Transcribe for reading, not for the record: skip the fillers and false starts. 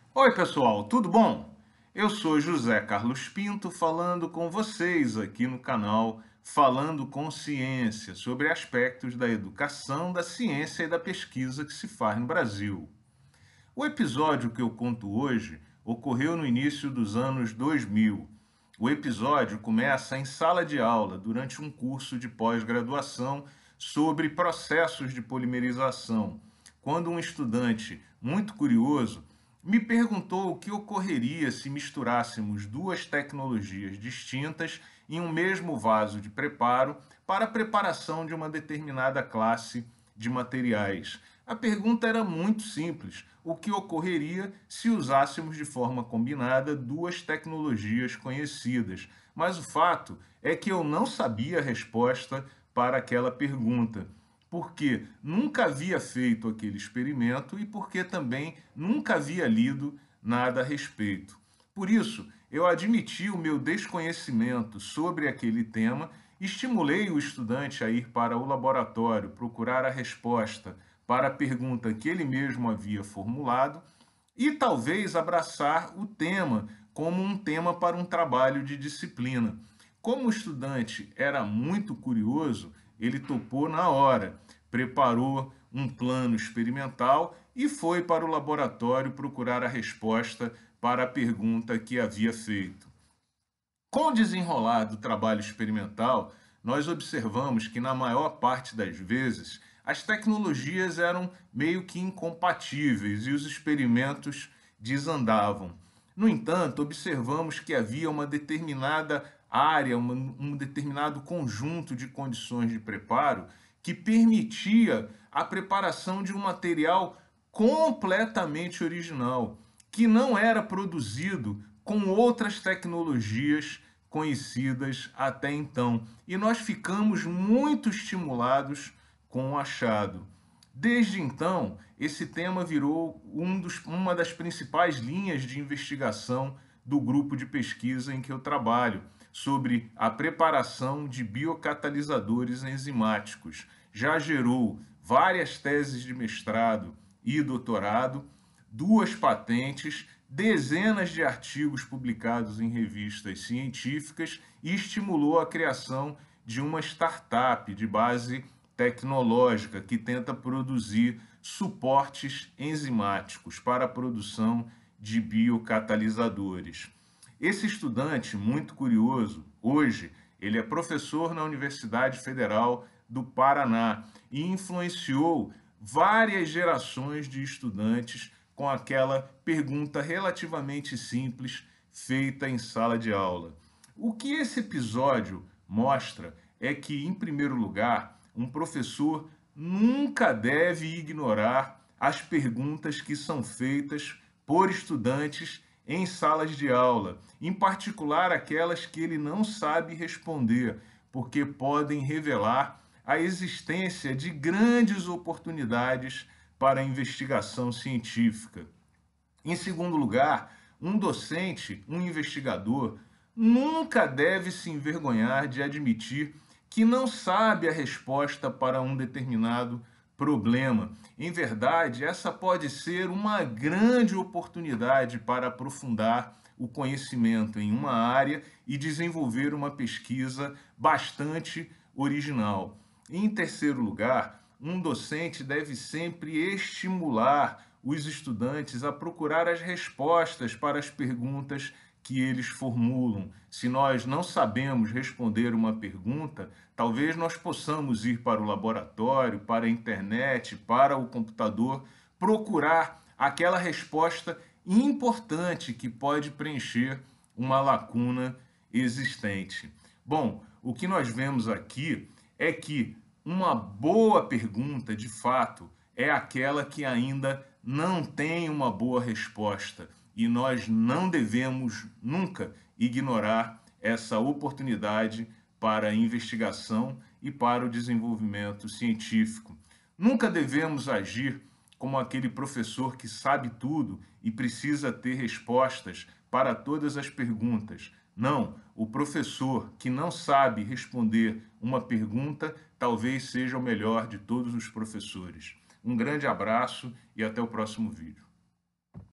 Oi, pessoal, tudo bom? Eu sou José Carlos Pinto falando com vocês aqui no canal Falando com Ciência sobre aspectos da educação, da ciência e da pesquisa que se faz no Brasil. O episódio que eu conto hoje ocorreu no início dos anos 2000. O episódio começa em sala de aula durante um curso de pós-graduação sobre processos de polimerização, quando um estudante muito curioso me perguntou o que ocorreria se misturássemos duas tecnologias distintas em um mesmo vaso de preparo para a preparação de uma determinada classe de materiais. A pergunta era muito simples: o que ocorreria se usássemos de forma combinada duas tecnologias conhecidas? Mas o fato é que eu não sabia a resposta para aquela pergunta, porque nunca havia feito aquele experimento e porque também nunca havia lido nada a respeito. Por isso, eu admiti o meu desconhecimento sobre aquele tema, estimulei o estudante a ir para o laboratório procurar a resposta para a pergunta que ele mesmo havia formulado e talvez abraçar o tema como um tema para um trabalho de disciplina. Como o estudante era muito curioso, ele topou na hora, preparou um plano experimental e foi para o laboratório procurar a resposta para a pergunta que havia feito. Com o desenrolar do trabalho experimental, nós observamos que, na maior parte das vezes, as tecnologias eram meio que incompatíveis e os experimentos desandavam. No entanto, observamos que havia uma determinada área, um determinado conjunto de condições de preparo que permitia a preparação de um material completamente original, que não era produzido com outras tecnologias conhecidas até então. E nós ficamos muito estimulados com o achado. Desde então, esse tema virou uma das principais linhas de investigação do grupo de pesquisa em que eu trabalho, sobre a preparação de biocatalisadores enzimáticos. Já gerou várias teses de mestrado e doutorado, duas patentes, dezenas de artigos publicados em revistas científicas e estimulou a criação de uma startup de base tecnológica que tenta produzir suportes enzimáticos para a produção de biocatalisadores. Esse estudante, muito curioso, hoje ele é professor na Universidade Federal do Paraná e influenciou várias gerações de estudantes com aquela pergunta relativamente simples feita em sala de aula. O que esse episódio mostra é que, em primeiro lugar, um professor nunca deve ignorar as perguntas que são feitas por estudantes em salas de aula, em particular aquelas que ele não sabe responder, porque podem revelar a existência de grandes oportunidades para a investigação científica. Em segundo lugar, um docente, um investigador, nunca deve se envergonhar de admitir que não sabe a resposta para um determinado problema. Em verdade, essa pode ser uma grande oportunidade para aprofundar o conhecimento em uma área e desenvolver uma pesquisa bastante original. Em terceiro lugar, um docente deve sempre estimular os estudantes a procurar as respostas para as perguntas que eles formulam. Se nós não sabemos responder uma pergunta, talvez nós possamos ir para o laboratório, para a internet, para o computador, procurar aquela resposta importante que pode preencher uma lacuna existente. Bom, o que nós vemos aqui é que uma boa pergunta, de fato, é aquela que ainda não tem uma boa resposta. E nós não devemos nunca ignorar essa oportunidade para a investigação e para o desenvolvimento científico. Nunca devemos agir como aquele professor que sabe tudo e precisa ter respostas para todas as perguntas. Não, o professor que não sabe responder uma pergunta talvez seja o melhor de todos os professores. Um grande abraço e até o próximo vídeo.